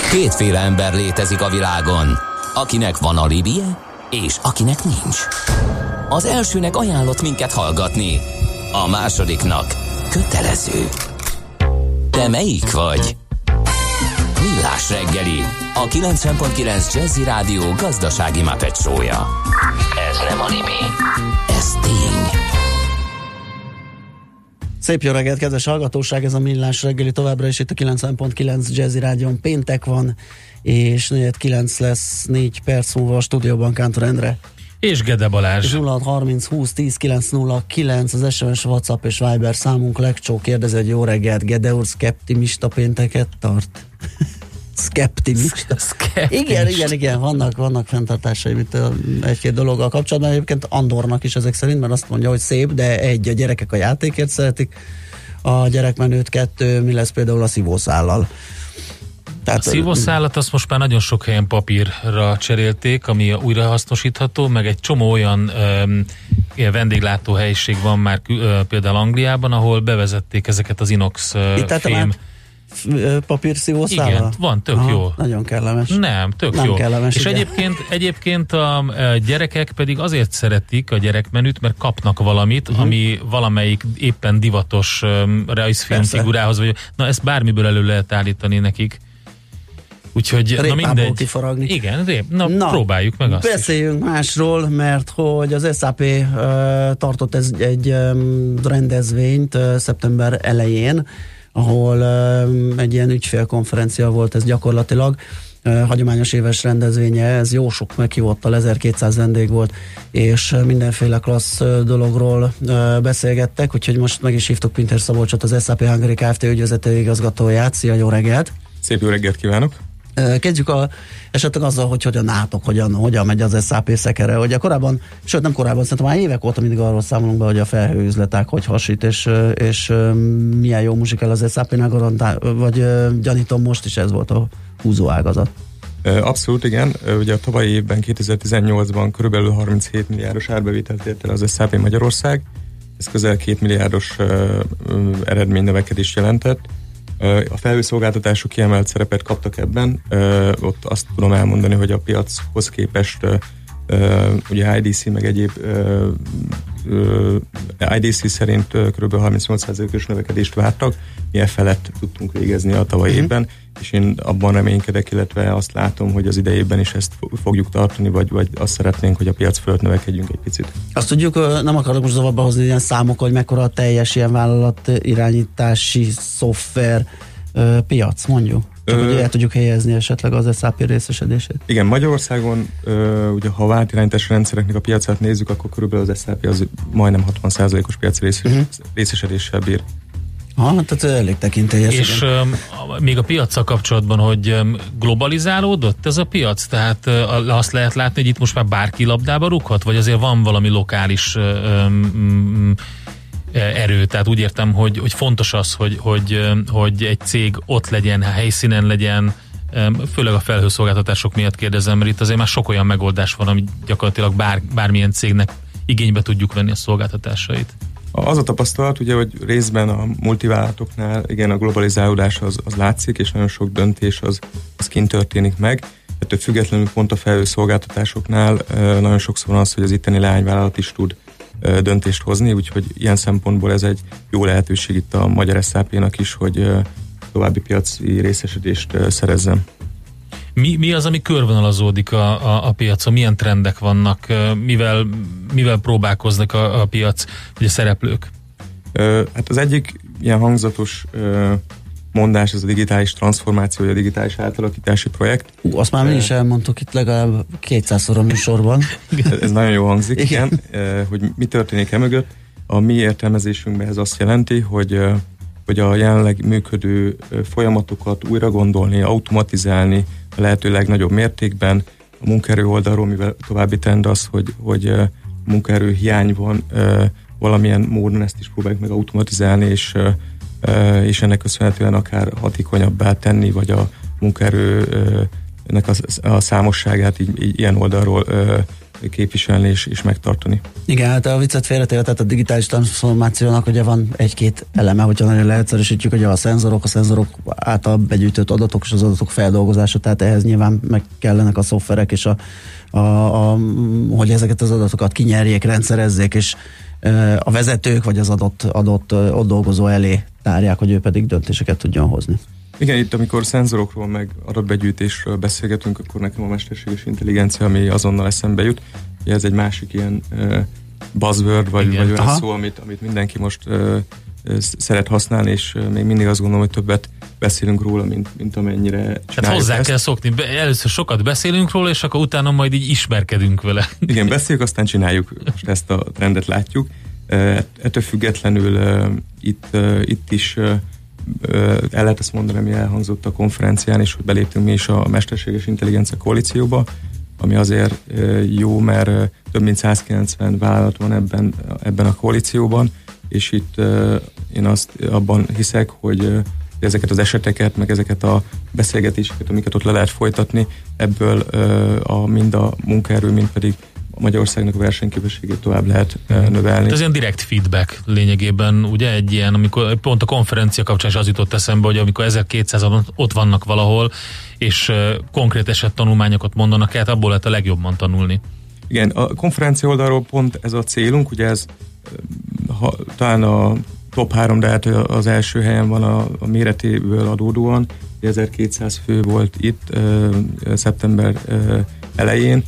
Kétféle ember létezik a világon, akinek van alibije, és akinek nincs. Az elsőnek ajánlott minket hallgatni, a másodiknak kötelező. Te melyik vagy? Millás reggeli, a 90.9 Jazzy Rádió gazdasági Muppet show-ja. Ez nem anime, ez tény. Szép jó reggelt, kedves hallgatóság, ez a Millás reggeli továbbra is itt a 90.9 Jazzy Rádión. Péntek van, és 4:09 lesz 4 perc múlva a stúdióban Kántor Endre. És Gede Balázs. 0630 20 10 909 az SMS, WhatsApp és Viber számunk. Legcsó kérdez egy jó reggelt, Gede úr szkeptimista pénteket tart. Szkeptimista. Igen, vannak fenntartásai itt egy-két dologgal kapcsolatban. Egyébként Andornak is ezek szerint, mert azt mondja, hogy szép, de a gyerekek a játékért szeretik, a gyerekmenőt, 2, mi lesz például a szívószállal. Tehát, a szívószálat azt most már nagyon sok helyen papírra cserélték, ami újrahasznosítható, meg egy csomó olyan vendéglátóhelyiség van már például Angliában, ahol bevezették ezeket az inox fém papírszívószállal? Igen, van, tök jó. Nagyon kellemes. Nem, tök nem jó. Kellemes, és egyébként a gyerekek pedig azért szeretik a gyerekmenüt, mert kapnak valamit, ami valamelyik éppen divatos rajzfilmfigurához, vagy na ezt bármiből elő lehet állítani nekik. Úgyhogy na mindegy. Kifaragni. Igen, próbáljuk meg azt. Beszéljünk másról, mert hogy az SAP tartott egy rendezvényt szeptember elején, ahol egy ilyen ügyfélkonferencia volt ez gyakorlatilag, hagyományos éves rendezvénye, ez jó sok meghívottal, 1200 vendég volt, és mindenféle klassz dologról beszélgettek, úgyhogy most meg is hívtuk Pintér Szabolcsot, az SAP Hungary Kft. Ügyvezető igazgatóját. Szia, jó reggelt! Szép jó reggelt kívánok! Kezdjük esetleg azzal, hogy hogyan álltok, hogyan megy az SAP szekere. Ugye korábban, sőt nem korábban, szerintem már évek óta mindig arról számolunk be, hogy a felhőüzletek hogy hasít, és milyen jó muzsikál az SAP-nál garantál, vagy gyanítom most is ez volt a húzó ágazat. Abszolút igen. Ugye a tavalyi évben, 2018-ban körülbelül 37 milliárdos árbevételt ért el az SAP Magyarország. Ez közel 2 milliárdos eredménynövekedést jelentett. A felhőszolgáltatások kiemelt szerepet kaptak ebben. Ott azt tudom elmondani, hogy a piachoz képest ugye IDC meg egyéb IDC szerint kb. 38%-os növekedést vártak, mi felett tudtunk végezni a tavalyi évben, és én abban reménykedek, illetve azt látom, hogy az idejében is ezt fogjuk tartani, vagy azt szeretnénk, hogy a piac fölött növekedjünk egy picit. Azt tudjuk, nem akarok most zavarba hozni ilyen számok, hogy mekkora a teljes ilyen vállalat irányítási szoftver piac, mondjuk. Csak hogy el tudjuk helyezni esetleg az SAP részesedését. Igen, Magyarországon, ugye ha vállalatirányítási rendszereknek a piacát nézzük, akkor körülbelül az SAP az majdnem 60%-os piaci részesedéssel bír. Tehát elég tekintélyes. És még a piaccal kapcsolatban, hogy globalizálódott ez a piac? Tehát azt lehet látni, hogy itt most már bárki labdába rúghat? Vagy azért van valami lokális erő? Tehát úgy értem, hogy fontos az, hogy egy cég ott legyen, helyszínen legyen, főleg a felhőszolgáltatások miatt kérdezem, mert itt azért már sok olyan megoldás van, ami gyakorlatilag bármilyen cégnek igénybe tudjuk venni a szolgáltatásait. Az a tapasztalat, ugye, hogy részben a multivállalatoknál, igen, a globalizálódás az látszik, és nagyon sok döntés az kint történik meg. Ettől függetlenül pont a felhőszolgáltatásoknál nagyon sokszor van az, hogy az itteni leányvállalat is tud döntést hozni, úgyhogy ilyen szempontból ez egy jó lehetőség itt a magyar SAP-nak is, hogy további piaci részesedést szerezzem. Mi az, ami körvonalazódik a piacon? Milyen trendek vannak? Mivel próbálkoznak a piac, vagy a szereplők? Hát az egyik ilyen hangzatos mondás, ez a digitális transformáció, vagy a digitális átalakítási projekt. Azt már mi is elmondtuk itt legalább 200-szor a műsorban. Ez nagyon jó hangzik, igen. Hogy mi történik emögött. A mi értelmezésünkben ez azt jelenti, hogy a jelenleg működő folyamatokat újra gondolni, automatizálni a lehető legnagyobb mértékben. A munkaerő oldalról, mivel további trend az, hogy munkaerő hiány van, valamilyen módon ezt is próbáljuk meg automatizálni, és ennek köszönhetően akár hatékonyabbá tenni, vagy a munkaerőnek a számosságát így ilyen oldalról képviselni és megtartani. Igen, hát a viccet félretéve, tehát a digitális transformációnak ugye van egy-két eleme, hogyha nagyon leegyszerűsítjük, ugye a szenzorok által begyűjtött adatok és az adatok feldolgozása, tehát ehhez nyilván meg kellenek a szoftverek és hogy ezeket az adatokat kinyerjék, rendszerezzék, és a vezetők vagy az adott ott dolgozó elé tárják, hogy ő pedig döntéseket tudjon hozni. Igen, itt amikor szenzorokról meg adatbegyűjtésről beszélgetünk, akkor nekem a mesterséges intelligencia, ami azonnal eszembe jut. Ugye ez egy másik ilyen buzzword, vagy olyan szó, amit mindenki most szeret használni, és még mindig azt gondolom, hogy többet beszélünk róla, mint amennyire csináljuk. Hát hozzá kell szokni. Először sokat beszélünk róla, és akkor utána majd így ismerkedünk vele. Igen, beszéljük, aztán csináljuk. Most ezt a trendet látjuk. Ettől függetlenül itt is el lehet ezt mondani, ami elhangzott a konferencián is, hogy beléptünk mi is a mesterséges intelligencia koalícióba, ami azért jó, mert több mint 190 vállalat van ebben a koalícióban, és itt én abban hiszek, hogy ezeket az eseteket, meg ezeket a beszélgetéseket, amiket ott le lehet folytatni, ebből mind a munkaerő, mind pedig Magyarországnak a versenyképességét tovább lehet növelni. Ez ilyen direkt feedback lényegében, ugye egy ilyen, amikor pont a konferencia kapcsán is az jutott eszembe, hogy amikor 1200-an ott vannak valahol, és konkrét esettanulmányokat mondanak el, abból lehet a legjobban tanulni. Igen, a konferencia oldalról pont ez a célunk, ugye ez talán a top 3, de hát az első helyen van a méretéből adódóan, 1200 fő volt itt szeptember elején,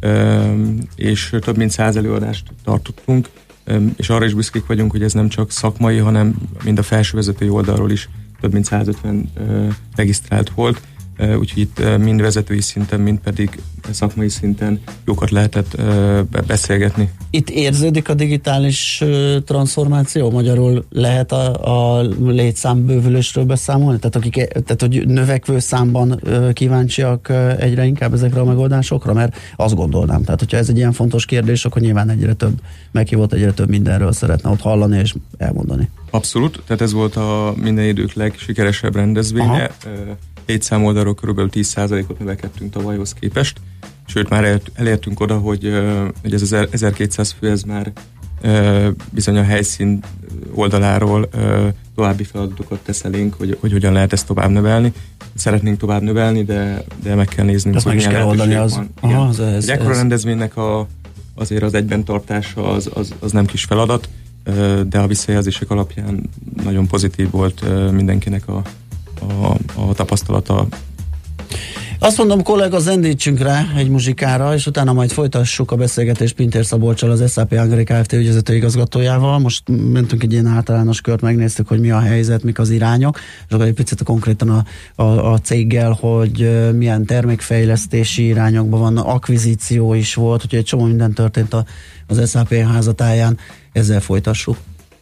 és több mint 100 előadást tartottunk, és arra is büszkék vagyunk, hogy ez nem csak szakmai, hanem mind a felsővezetői oldalról is több mint 150 regisztrált volt, úgyhogy itt mind vezetői szinten, mind pedig szakmai szinten jókat lehetett beszélgetni. Itt érződik a digitális transformáció? Magyarul lehet a létszámbővülésről beszámolni? Tehát hogy növekvő számban kíváncsiak egyre inkább ezekre a megoldásokra? Mert azt gondolnám. Tehát, hogyha ez egy ilyen fontos kérdés, akkor nyilván egyre több meghívott, egyre több mindenről szeretne ott hallani és elmondani. Abszolút. Tehát ez volt a minden idők legsikeresebb rendezvénye. Létszámoldalról körülbelül 10%-ot növekedtünk tavalyhoz képest, sőt már elértünk oda, hogy ez az 1200 fő, ez már bizony a helyszín oldaláról további feladatokat tesz elénk, hogy hogyan lehet ezt tovább növelni. Szeretnénk tovább növelni, de meg kell néznünk, hogy milyen lehetőség van. Egy ekkora rendezvénynek azért az egyben tartása az nem kis feladat, de a visszajelzések alapján nagyon pozitív volt mindenkinek a tapasztalata. Azt mondom, kollega, zendítsünk rá egy muzsikára, és utána majd folytassuk a beszélgetést Pintér Szabolccsal, az SAP Hungary Kft. Ügyvezető igazgatójával. Most mentünk egy ilyen általános kört, megnéztük, hogy mi a helyzet, mik az irányok, és akkor egy picit konkrétan a céggel, hogy milyen termékfejlesztési irányokban van, akvizíció is volt, úgyhogy egy csomó minden történt az SAP házatáján. Ezzel folytassuk.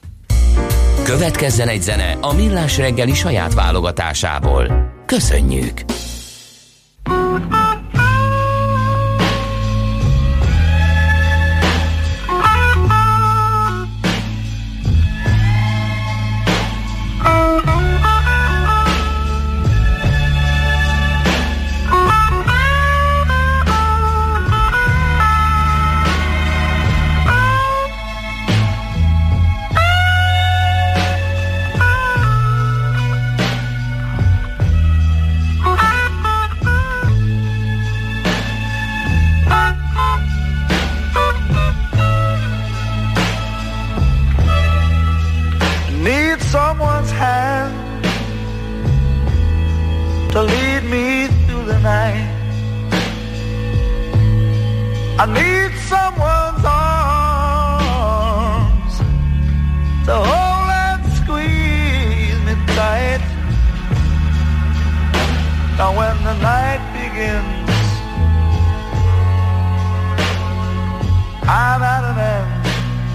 Következzen egy zene a Millás reggeli saját válogatásából. Köszönjük! To lead me through the night, I need someone's arms to hold and squeeze me tight. Now when the night begins, I'm at an end,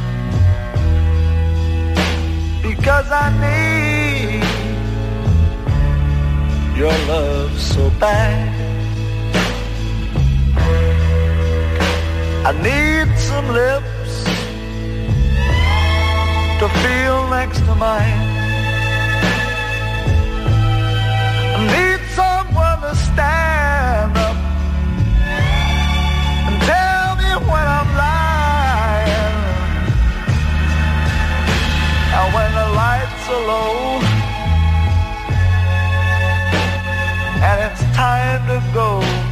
because I need your love so bad. I need some lips to feel next to mine. I need someone to stand up and tell me when time to go.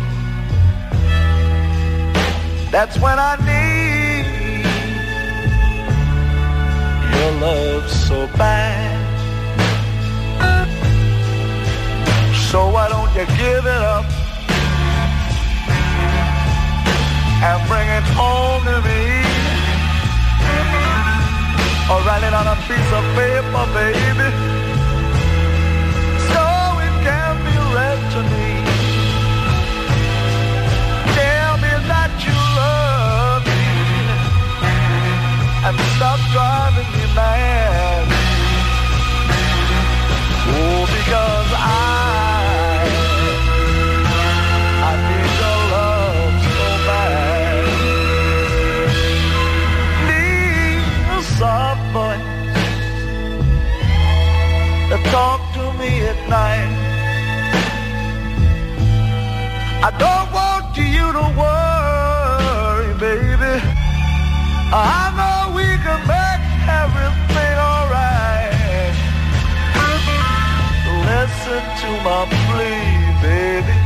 That's when I need your love so bad. So why don't you give it up and bring it home to me? Or write it on a piece of paper, baby, so it can be read to me. Tell me that you love me and stop driving me mad. Oh, because I need your love so bad. Need a soft voice to talk to me at night. I don't want you to worry, baby. I know we can make everything alright. Listen to my plea, baby.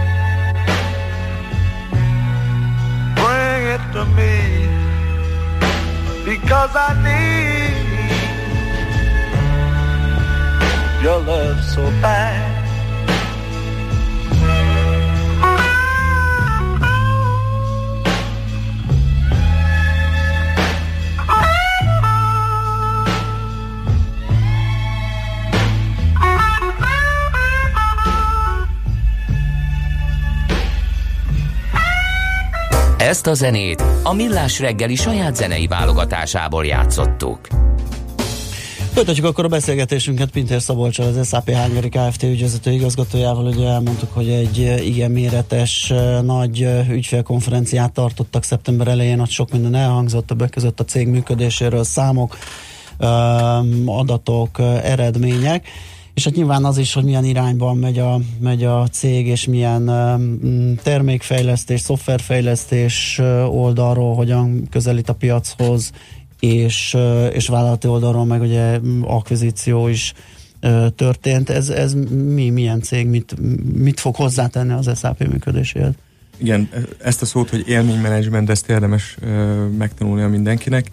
Bring it to me, because I need your love so bad. Ezt a zenét a Millás reggeli saját zenei válogatásából játszottuk. Folytatjuk akkor a beszélgetésünket Pintér Szabolccsal, az SAP Hungary Kft. Ügyvezető igazgatójával. Ugye elmondtuk, hogy egy igen méretes, nagy ügyfélkonferenciát tartottak szeptember elején, ott sok minden elhangzott, többek között a cég működéséről, számok, adatok, eredmények. És hát nyilván az is, hogy milyen irányban megy a cég, és milyen termékfejlesztés, szoftverfejlesztés oldalról, hogyan közelít a piachoz, és vállalati oldalról meg ugye akvizíció is történt. Ez milyen cég, mit fog hozzátenni az SAP működéséhez? Igen, ezt a szót, hogy élménymenedzsment, ezt érdemes megtanulnia mindenkinek.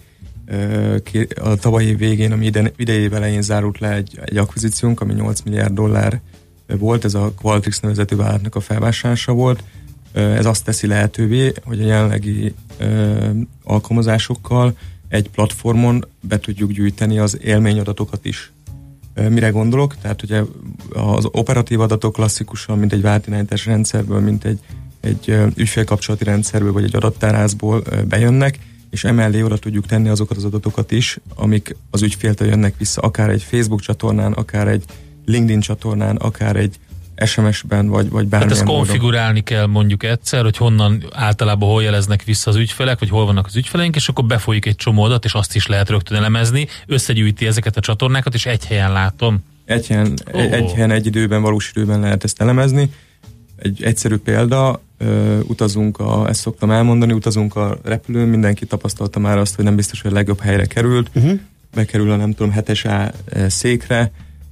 A tavalyi év végén, ami idei év elején zárult le egy akvizíciónk, ami $8 milliárd volt, ez a Qualtrics nevezetű vállalatnak a felvásárlása volt. Ez azt teszi lehetővé, hogy a jelenlegi alkalmazásokkal egy platformon be tudjuk gyűjteni az élményadatokat is. Mire gondolok? Tehát ugye az operatív adatok klasszikusan, mint egy váltirányítás rendszerből, mint egy ügyfélkapcsolati rendszerből, vagy egy adattárházból bejönnek, és emellé oda tudjuk tenni azokat az adatokat is, amik az ügyféltől jönnek vissza, akár egy Facebook csatornán, akár egy LinkedIn csatornán, akár egy SMS-ben, vagy bármilyen módon. Tehát ezt módon. konfigurálni kell mondjuk egyszer, hogy honnan általában hol jeleznek vissza az ügyfelek, vagy hol vannak az ügyfeleink, és akkor befolyik egy csomó adat, és azt is lehet rögtön elemezni, összegyűjti ezeket a csatornákat, és egy helyen látom. Egy helyen, egy időben, valós időben lehet ezt elemezni. Egy egyszerű példa, ezt szoktam elmondani, utazunk a repülőn, mindenki tapasztalta már azt, hogy nem biztos, hogy a legjobb helyre került, bekerül a 7-es A székre,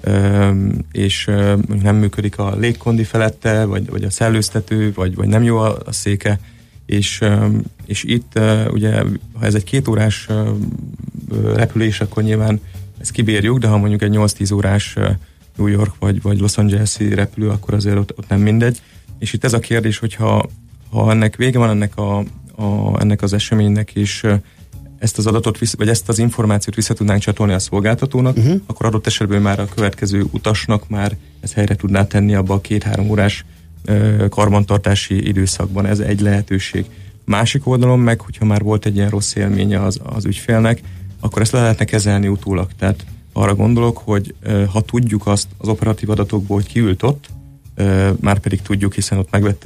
és nem működik a légkondi felette, vagy a szellőztető, vagy nem jó a széke, és itt ugye, ha ez egy 2 órás repülés, akkor nyilván ezt kibírjuk, de ha mondjuk egy 8-10 órás New York vagy Los Angeles-i repülő, akkor azért ott nem mindegy. És itt ez a kérdés, hogy ha ennek vége van ennek az eseménynek, és ezt az adatot, vagy ezt az információt vissza tudnánk csatolni a szolgáltatónak, akkor adott esetben már a következő utasnak már ezt helyre tudná tenni abba a 2-3 órás karbantartási időszakban. Ez egy lehetőség. Másik oldalon meg, hogyha már volt egy ilyen rossz élménye az ügyfélnek, akkor ezt le lehetne kezelni utólag. Tehát arra gondolok, hogy ha tudjuk azt az operatív adatokból, hogy kiült ott, már pedig tudjuk, hiszen ott megvette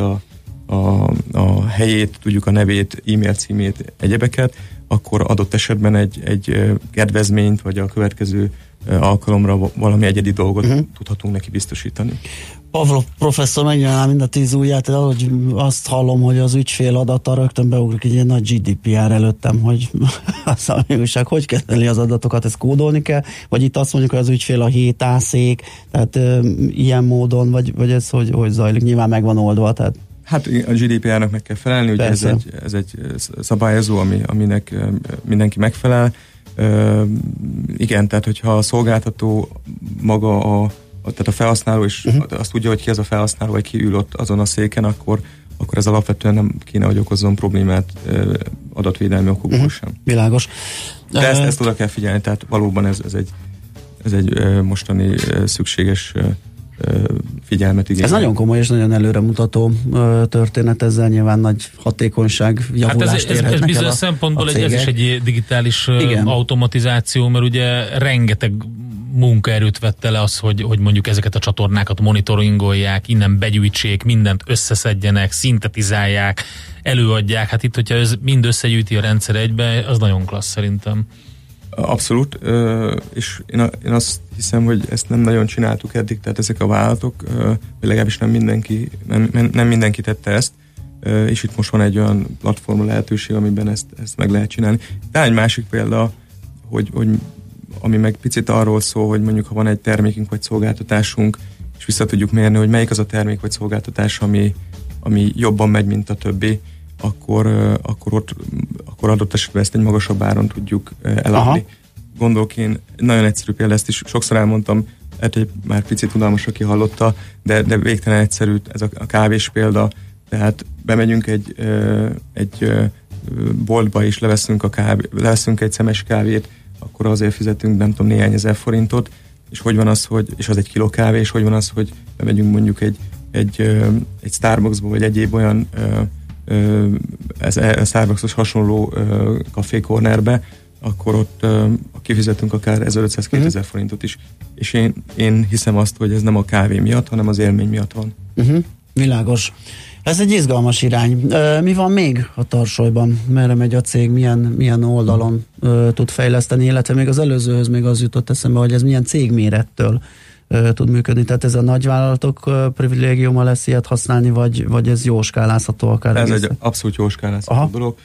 a helyét, tudjuk a nevét, e-mail címét, egyebeket, akkor adott esetben egy kedvezményt, vagy a következő alkalomra valami egyedi dolgot tudhatunk neki biztosítani. Pavlov professzor megnyilvánál mind a 10 ujját, ahogy azt hallom, hogy az ügyfél adata rögtön beugrik egy ilyen nagy GDPR előttem, hogy az a újság, hogy kezeli az adatokat, ezt kódolni kell, vagy itt azt mondjuk, hogy az ügyfél a 7A szék, tehát ilyen módon, vagy ez hogy zajlik, nyilván meg van oldva, tehát. Hát a GDPR-nak meg kell felelni, ugye ez egy szabályozó, aminek mindenki megfelel. Igen, tehát hogyha a szolgáltató maga tehát a felhasználó is azt tudja, hogy ki az a felhasználó, vagy ki ül ott azon a széken, akkor ez alapvetően nem kéne, hogy okozzon problémát adatvédelmi okokból sem. Világos. De ezt oda kell figyelni, tehát valóban ez egy mostani szükséges figyelmet igényel. Ez nagyon komoly és nagyon előremutató történet, ezzel nyilván nagy hatékonyság, javulást érhetnek el. Ez bizonyos szempontból ez is egy digitális automatizáció, mert ugye rengeteg munkaerőt vette le az, hogy mondjuk ezeket a csatornákat monitoringolják, innen begyűjtsék, mindent összeszedjenek, szintetizálják, előadják. Hát itt, hogyha ez mind összegyűjti a rendszer egybe, az nagyon klassz szerintem. Abszolút, és én azt hiszem, hogy ezt nem nagyon csináltuk eddig, tehát ezek a vállalatok, vagy legalábbis nem mindenki tette ezt, és itt most van egy olyan platform lehetőség, amiben ezt meg lehet csinálni. De egy másik példa, hogy ami meg picit arról szól, hogy mondjuk ha van egy termékünk vagy szolgáltatásunk, és vissza tudjuk mérni, hogy melyik az a termék vagy szolgáltatás, ami jobban megy, mint a többi, akkor adott esetben ezt egy magasabb áron tudjuk eladni. Aha. Gondolok én, nagyon egyszerű példa, ezt is sokszor elmondtam, hogy már picit unalmas, aki hallotta, de végtelen egyszerű ez a kávés példa, tehát bemegyünk egy boltba és leveszünk egy szemes kávét, akkor azért fizetünk, nem tudom, néhány ezer forintot, és hogy van az, és az egy kiló kávé, és hogy van az, hogy bemegyünk mondjuk egy Starbucksba, vagy egyéb olyan a Starbucksos hasonló kafékornerbe, akkor ott kifizetünk akár 1500-2000 forintot is. És én hiszem azt, hogy ez nem a kávé miatt, hanem az élmény miatt van. Világos. Ez egy izgalmas irány. Mi van még a tarsolyban? Merre megy a cég? Milyen oldalon tud fejleszteni? Illetve még az előzőhöz még az jutott eszembe, hogy ez milyen cégmérettől tud működni. Tehát ez a nagyvállalatok privilégiuma lesz ilyet használni, vagy ez jó skálázható akár? Ez egy abszolút jó skálázható dolog.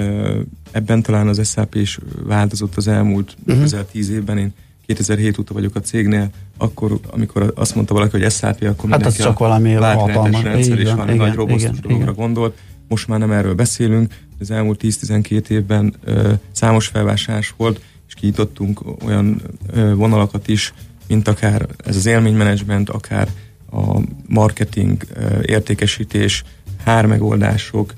Ebben talán az SAP is változott az elmúlt közel 10 évben. Én 2007 óta vagyok a cégnél, akkor, amikor azt mondta valaki, hogy SAP, akkor hát az csak valami hatalmas rendszer és valami nagy robosztus dologra gondolt. Most már nem erről beszélünk. Az elmúlt 10-12 évben számos felvásárlás volt, és kinyitottunk olyan vonalakat is, mint akár ez az élménymenedzsment, akár a marketing, értékesítés, HR megoldások,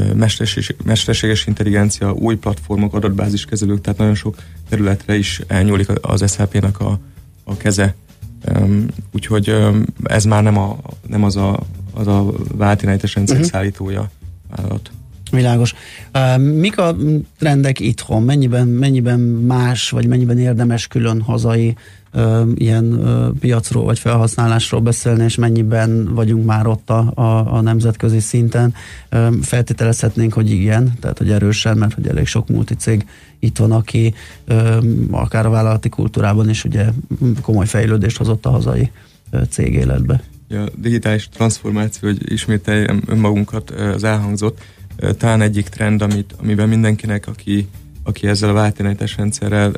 mesterséges intelligencia, új platformok, adatbáziskezelők, tehát nagyon sok területre is elnyúlik az SAP-nak a keze. Úgyhogy ez már nem az a váltirányítás rendszer szállítója vállalat. Világos. Mik a trendek itthon? Mennyiben más, vagy mennyiben érdemes külön hazai ilyen piacról vagy felhasználásról beszélni, és mennyiben vagyunk már ott a nemzetközi szinten? Feltételezhetnénk, hogy igen, tehát hogy erősen, mert hogy elég sok multicég itt van, aki akár a vállalati kultúrában is ugye komoly fejlődést hozott a hazai cég életbe. A digitális transformáció, hogy ismételjem önmagunkat, az elhangzott, talán egyik trend, amiben mindenkinek, aki ezzel a váltirányítás rendszerrel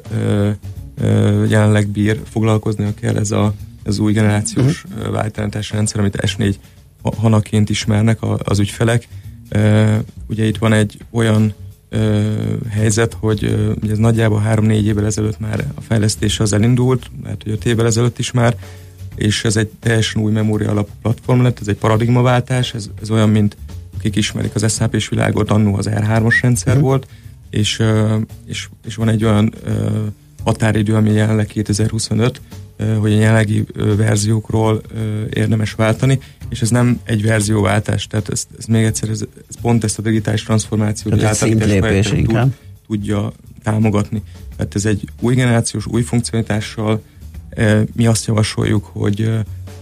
jelenleg bír, foglalkoznia kell, ez az új generációs váltirányítás rendszer, amit S4 hanaként ismernek az ügyfelek. Ugye itt van egy olyan helyzet, hogy ez nagyjából 3-4 évvel ezelőtt már a fejlesztése az elindult, mert hogy 5 évvel ezelőtt is már, és ez egy teljesen új memória alapú platform lett, ez egy paradigmaváltás, ez olyan, mint akik ismerik az SAP-s világot, annó az R3-as rendszer volt, és van egy olyan határidő, ami jelenleg 2025, hogy a jelenlegi verziókról érdemes váltani, és ez nem egy verzióváltás, tehát ez még egyszer, ez pont ezt a digitális transformációt, hogy átalakítás tudja támogatni. Tehát ez egy új generációs, új funkcionalitással, mi azt javasoljuk, hogy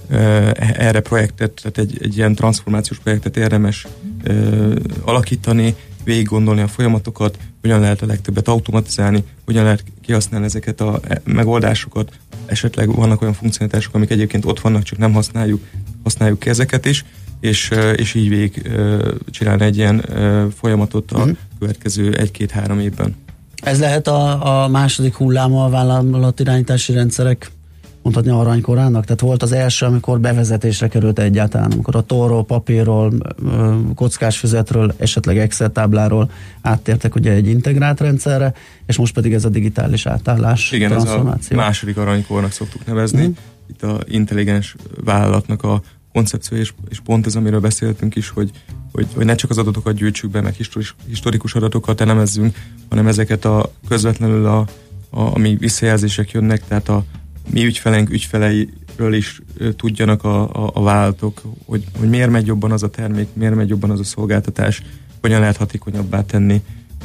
erre projektet, tehát egy ilyen transformációs projektet érdemes alakítani, végig gondolni a folyamatokat, hogyan lehet a legtöbbet automatizálni, hogyan lehet kihasználni ezeket a megoldásokat. Esetleg vannak olyan funkcionalitások, amik egyébként ott vannak, csak nem használjuk. használjuk ki ezeket is, és így végig csinálni egy ilyen folyamatot a következő 1-2-3 évben. Ez lehet a második hulláma a vállalatirányítási rendszerek mondhatni aranykorának? Tehát volt az első, amikor bevezetésre került egyáltalán, amikor a tollról, papírról, kockás füzetről, esetleg Excel tábláról áttértek ugye egy integrált rendszerre, és most pedig ez a digitális átállás, igen, transformáció. Ez a második aranykornak szoktuk nevezni. Itt a intelligens vállalatnak a koncepció, és pont ez, amiről beszéltünk is, hogy ne csak az adatokat gyűjtsük be, meg historikus adatokat elemezzünk, hanem ezeket közvetlenül ami visszajelzések jönnek, tehát a mi ügyfeleiről is tudjanak a vállalatok, hogy miért megy jobban az a termék, miért megy jobban az a szolgáltatás, hogyan lehet hatékonyabbá tenni,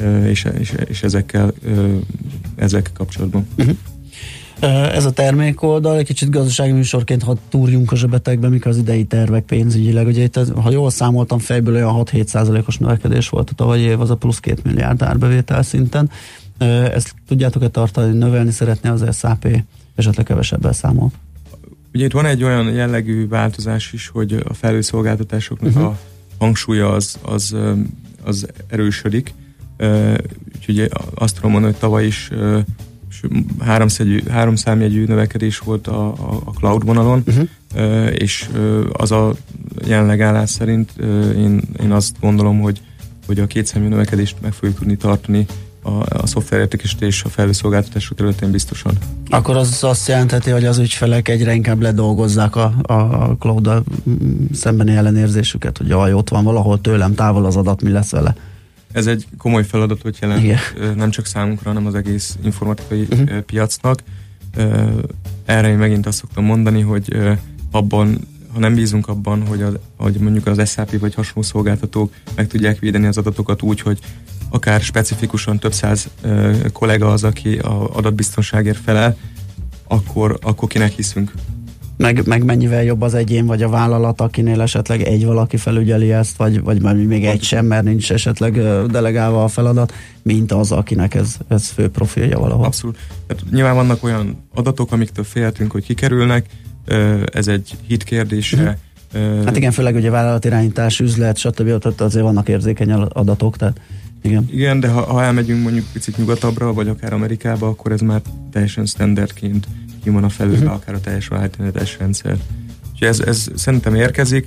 és ezekkel kapcsolatban. Ez a termék oldal, egy kicsit gazdasági műsorként, ha túrjunk a zsebetekbe, mik az idei tervek pénzügyileg. Ugye itt, ha jól számoltam fejből, olyan 6-7%-os növekedés volt a tavalyi év, az a plusz 2 milliárd árbevétel szinten. Ezt tudjátok-e tartani, növelni szeretné az SAP, esetleg kevesebben számol? Ugye itt van egy olyan jellegű változás is, hogy a felhőszolgáltatásoknak a hangsúlya az erősödik. Úgyhogy azt tudom mondani, hogy tavaly is háromszámjegyű növekedés volt a cloud vonalon, és az a jelenleg állás szerint én azt gondolom, hogy a kétszámjegyű növekedést meg fogjuk tudni tartani a szoftverértékesítés és a felhőszolgáltatások területén biztosan. Akkor az azt jelentheti, hogy az ügyfelek egyre inkább ledolgozzák a cloud-dal szembeni ellenérzésüket, hogy jaj, ott van valahol tőlem távol az adat, mi lesz vele? Ez egy komoly feladatot jelent, nem csak számunkra, hanem az egész informatikai piacnak. Erre én megint azt szoktam mondani, hogy ha nem bízunk abban, hogy mondjuk az SAP vagy hasonló szolgáltatók meg tudják védeni az adatokat úgy, hogy akár specifikusan több száz kollega az, aki az adatbiztonságért felel, akkor kinek hiszünk. Meg mennyivel jobb az egyén vagy a vállalat, akinél esetleg egy valaki felügyeli ezt, vagy még egy sem, mert nincs esetleg delegálva a feladat, mint az, akinek ez fő profilja valahol. Abszolút. Tehát nyilván vannak olyan adatok, amiktől félhetünk, hogy kikerülnek, ez egy hit kérdése. Hát igen, főleg ugye vállalatirányítás, üzlet, stb. Ott azért vannak érzékeny adatok, tehát igen, de ha elmegyünk mondjuk picit nyugatabbra, vagy akár Amerikába, akkor ez már teljesen standardként van a felülve, akár a teljes vállalatirányítás rendszer. Úgyhogy ez szerintem érkezik.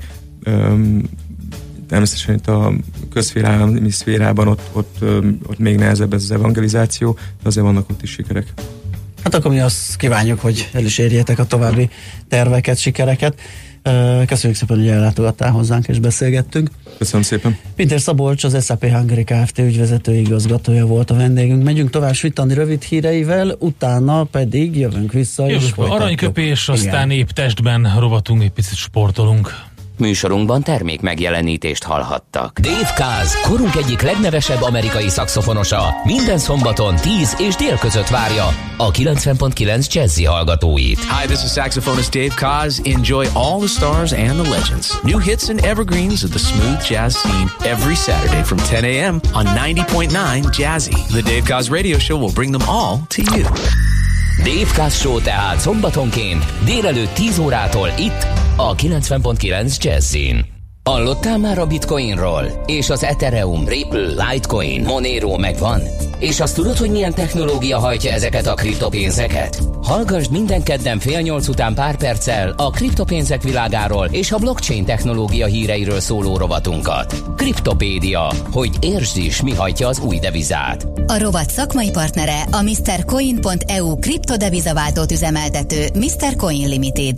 Természetesen itt a közszférában, szférában ott még nehezebb ez az evangelizáció, de azért vannak ott is sikerek. Hát akkor mi azt kívánjuk, hogy el is érjétek a további terveket, sikereket. Köszönjük szépen, hogy ellátogattál hozzánk és beszélgettünk. Köszönöm szépen. Pintér Szabolcs, az SAP Hungary Kft. Ügyvezető igazgatója volt a vendégünk. Megyünk tovább Svitandi rövid híreivel, utána pedig jövünk vissza. Aranyköpés, aztán épp testben rovatunk, egy picit sportolunk. Műsorunkban termék megjelenítést hallhattak. Dave Kaz, korunk egyik legnevesebb amerikai szaxofonosa, minden szombaton 10 és dél között várja a 90.9 Jazzy hallgatóit. Hi, this is saxophonist Dave Kaz. Enjoy all the stars and the legends. New hits and evergreens of the smooth jazz scene every Saturday from 10 a.m. on 90.9 Jazzy. The Dave Kaz radio show will bring them all to you. Dave Kaz Show tehát szombatonként délelőtt 10 órától itt a 90.9 Jazzin. Hallottál már a Bitcoinról? És az Ethereum, Ripple, Litecoin, Monero megvan? És azt tudod, hogy milyen technológia hajtja ezeket a kriptopénzeket? Hallgassd minden kedden 7:30 után pár perccel a kriptopénzek világáról és a blockchain technológia híreiről szóló rovatunkat. Kriptopédia, hogy értsd is, mi hajtja az új devizát. A rovat szakmai partnere a MrCoin.eu kriptodevizaváltót üzemeltető Mr. Coin Limited.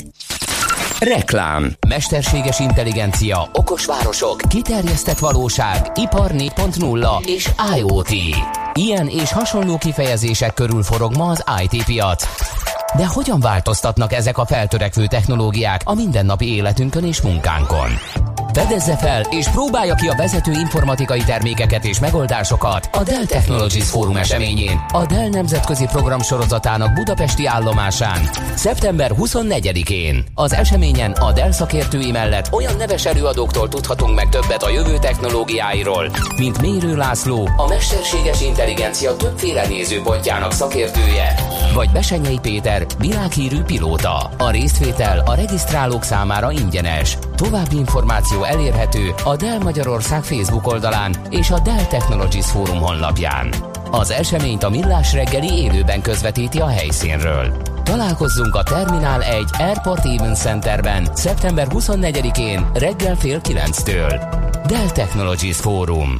Reklám. Mesterséges intelligencia, okos városok, kiterjesztett valóság, ipar 4.0 és IoT. Ilyen és hasonló kifejezések körül forog ma az IT piac. De hogyan változtatnak ezek a feltörekvő technológiák a mindennapi életünkön és munkánkon? Fedezze fel és próbálja ki a vezető informatikai termékeket és megoldásokat a Dell Technologies Fórum eseményén, a Dell nemzetközi program sorozatának budapesti állomásán, szeptember 24-én. Az eseményen a Dell szakértői mellett olyan neves előadóktól tudhatunk meg többet a jövő technológiáiról, mint Mérő László, a mesterséges intelligencia többféle nézőpontjának szakértője, vagy Besenyei Péter, világhírű pilóta. A résztvétel a regisztrálók számára ingyenes. További információ elérhető a Dell Magyarország Facebook oldalán és a Dell Technologies Fórum honlapján. Az eseményt a Millás reggeli élőben közvetíti a helyszínről. Találkozzunk a Terminál 1 Airport Event Centerben szeptember 24-én reggel fél 9-től. Dell Technologies Fórum.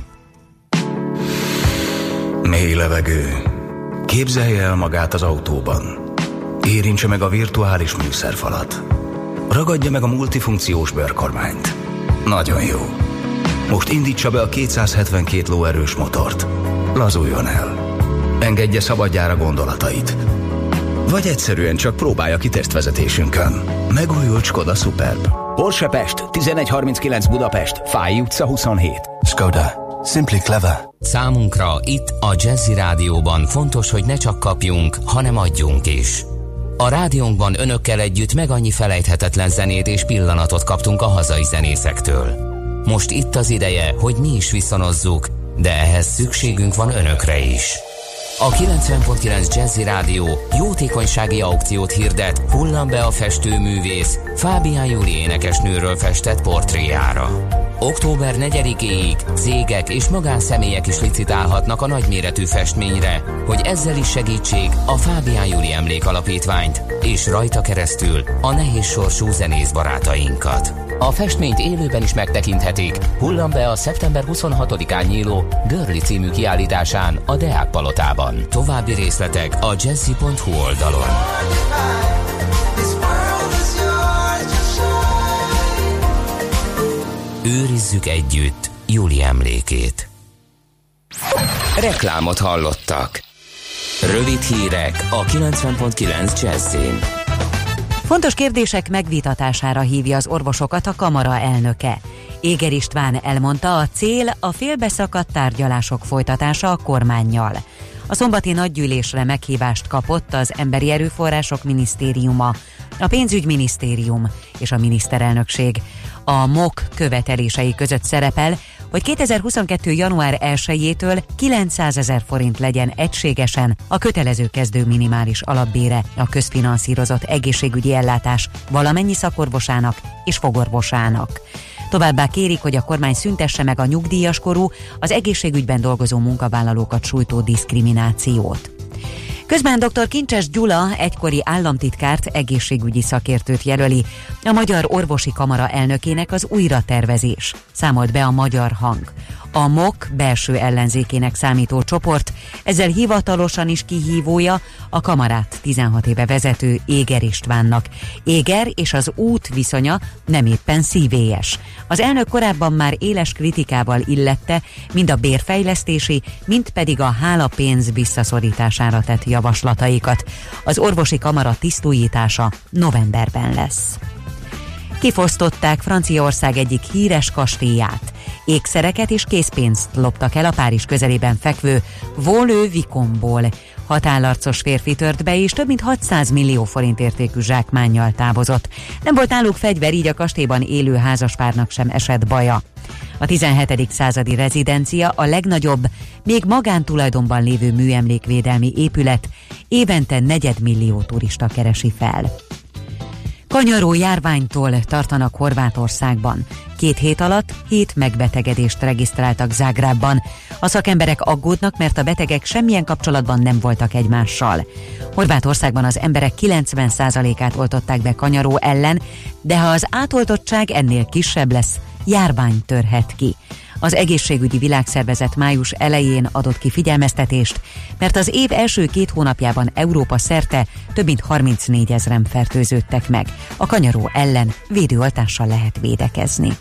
Mély levegő. Képzelje el magát az autóban. Érintse meg a virtuális műszerfalat. Ragadja meg a multifunkciós bőrkormányt. Nagyon jó. Most indítsa be a 272 lóerős motort. Lazuljon el. Engedje szabadjára gondolatait. Vagy egyszerűen csak próbálja ki tesztvezetésünkön. Megújult Skoda Superb. Porsche Pest, 1139 Budapest, Fáy utca 27. Skoda. Simply clever. Számunkra itt a Jazzy Rádióban fontos, hogy ne csak kapjunk, hanem adjunk is. A rádiónkban önökkel együtt meg annyi felejthetetlen zenét és pillanatot kaptunk a hazai zenészektől. Most itt az ideje, hogy mi is viszonozzuk, de ehhez szükségünk van önökre is. A 90.9 Jazzy Rádió jótékonysági aukciót hirdet Hullam be a festőművész Fábián Júli énekesnőről festett portréjára. Október 4-éig cégek és magánszemélyek is licitálhatnak a nagyméretű festményre, hogy ezzel is segítsék a Fábián Júli Emlékalapítványt és rajta keresztül a nehéz sorsú zenészbarátainkat. A festményt élőben is megtekinthetik Hullam be a szeptember 26-án nyíló Görli című kiállításán a Deák Palotában. További részletek a jazzy.hu oldalon. Őrizzük együtt Júli emlékét. Reklámot hallottak. Rövid hírek a 90.9 Jazzyn. Fontos kérdések megvitatására hívja az orvosokat a kamara elnöke. Éger István elmondta, a cél a félbeszakadt tárgyalások folytatása a kormánnyal. A szombati nagygyűlésre meghívást kapott az Emberi Erőforrások Minisztériuma, a Pénzügyminisztérium és a miniszterelnökség. A MOK követelései között szerepel, hogy 2022. január 1-től 900 000 forint legyen egységesen a kötelező kezdő minimális alapbére a közfinanszírozott egészségügyi ellátás valamennyi szakorvosának és fogorvosának. Továbbá kérik, hogy a kormány szüntesse meg a nyugdíjas korú, az egészségügyben dolgozó munkavállalókat sújtó diszkriminációt. Közben dr. Kincses Gyula egykori államtitkárt, egészségügyi szakértőt jelöli a Magyar Orvosi Kamara elnökének az újratervezés, számolt be a Magyar Hang. A MOK belső ellenzékének számító csoport, ezzel hivatalosan is kihívója a kamarát 16 éve vezető Éger Istvánnak. Éger és az út viszonya nem éppen szívélyes. Az elnök korábban már éles kritikával illette mind a bérfejlesztési, mind pedig a hálapénz visszaszorítására tett javaslataikat. Az orvosi kamara tisztújítása novemberben lesz. Kifosztották Franciaország egyik híres kastélyát. Ékszereket és készpénzt loptak el a Párizs közelében fekvő Vaux-le-Vicombe-ból. 6 állarcos férfi tört be, és több mint 600 millió forint értékű zsákmánnyal távozott. Nem volt náluk fegyver, így a kastélyban élő házaspárnak sem esett baja. A 17. századi rezidencia a legnagyobb, még magántulajdonban lévő műemlékvédelmi épület, évente 4 millió turista keresi fel. Kanyaró járványtól tartanak Horvátországban. 2 hét alatt 7 megbetegedést regisztráltak Zágrábban. A szakemberek aggódnak, mert a betegek semmilyen kapcsolatban nem voltak egymással. Horvátországban az emberek 90%-át oltották be kanyaró ellen, de ha az átoltottság ennél kisebb lesz, járvány törhet ki. Az Egészségügyi Világszervezet május elején adott ki figyelmeztetést, mert az év első 2 hónapjában Európa szerte több mint 34 000-en fertőződtek meg. A kanyaró ellen védőoltással lehet védekezni.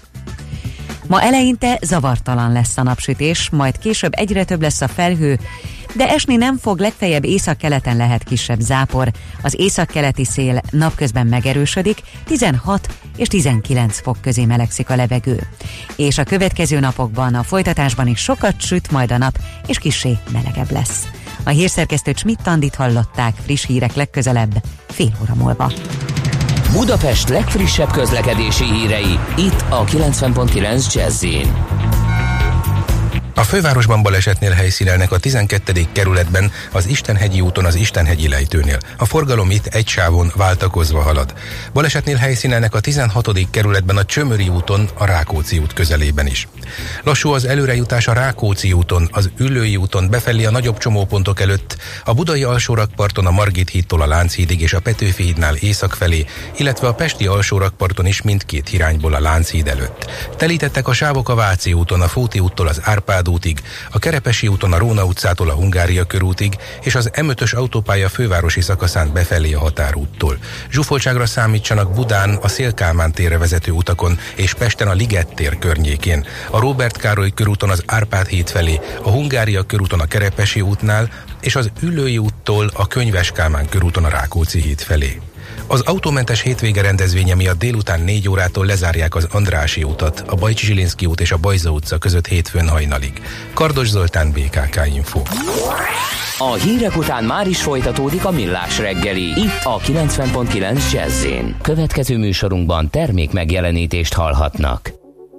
Ma eleinte zavartalan lesz a napsütés, majd később egyre több lesz a felhő, de esni nem fog, legfeljebb északkeleten lehet kisebb zápor. Az északkeleti szél napközben megerősödik, 16 és 19 fok közé melegszik a levegő. És a következő napokban a folytatásban is sokat süt majd a nap, és kissé melegebb lesz. A hírszerkesztő Schmidt-Andit hallották, friss hírek legközelebb, fél óra múlva. Budapest legfrissebb közlekedési hírei, itt a 90.9 Jazz-in. A fővárosban balesetnél helyszínelnek a 12. kerületben az Istenhegyi úton az Istenhegyi lejtőnél. A forgalom itt egy sávon váltakozva halad. Balesetnél helyszínelnek a 16. kerületben a Csömöri úton a Rákóczi út közelében is. Lassú az előrejutás a Rákóczi úton, az Üllői úton befelé a nagyobb csomópontok előtt, a budai alsórakparton a Margit hídtól a Lánchídig és a Petőfi hídnál észak felé, illetve a pesti alsórakparton is mindkét irányból a Lánchíd előtt. Telítettek a sávok a Váci úton, a Fóti úttól az Árpád útig, a Kerepesi úton a Róna utcától a Hungária körútig, és az M5-ös autópálya fővárosi szakaszán befelé a Határúttól. Zsúfoltságra számítsanak Budán a Széll-Kálmán térre vezető utakon, és Pesten a Liget tér környékén, a Róbert Károly körúton az Árpád híd felé, a Hungária körúton a Kerepesi útnál, és az Üllői úttól a Könyves Kálmán körúton a Rákóczi híd felé. Az autómentes hétvége rendezvénye miatt délután 4 órától lezárják az Andrássy utat, a Bajcsi Zsilinszky út és a Bajza utca között hétfőn hajnalig. Kardos Zoltán, BKK Info. A hírek után már is folytatódik a Millás reggeli, itt a 90.9 Jazz-én. Következő műsorunkban termék megjelenítést hallhatnak.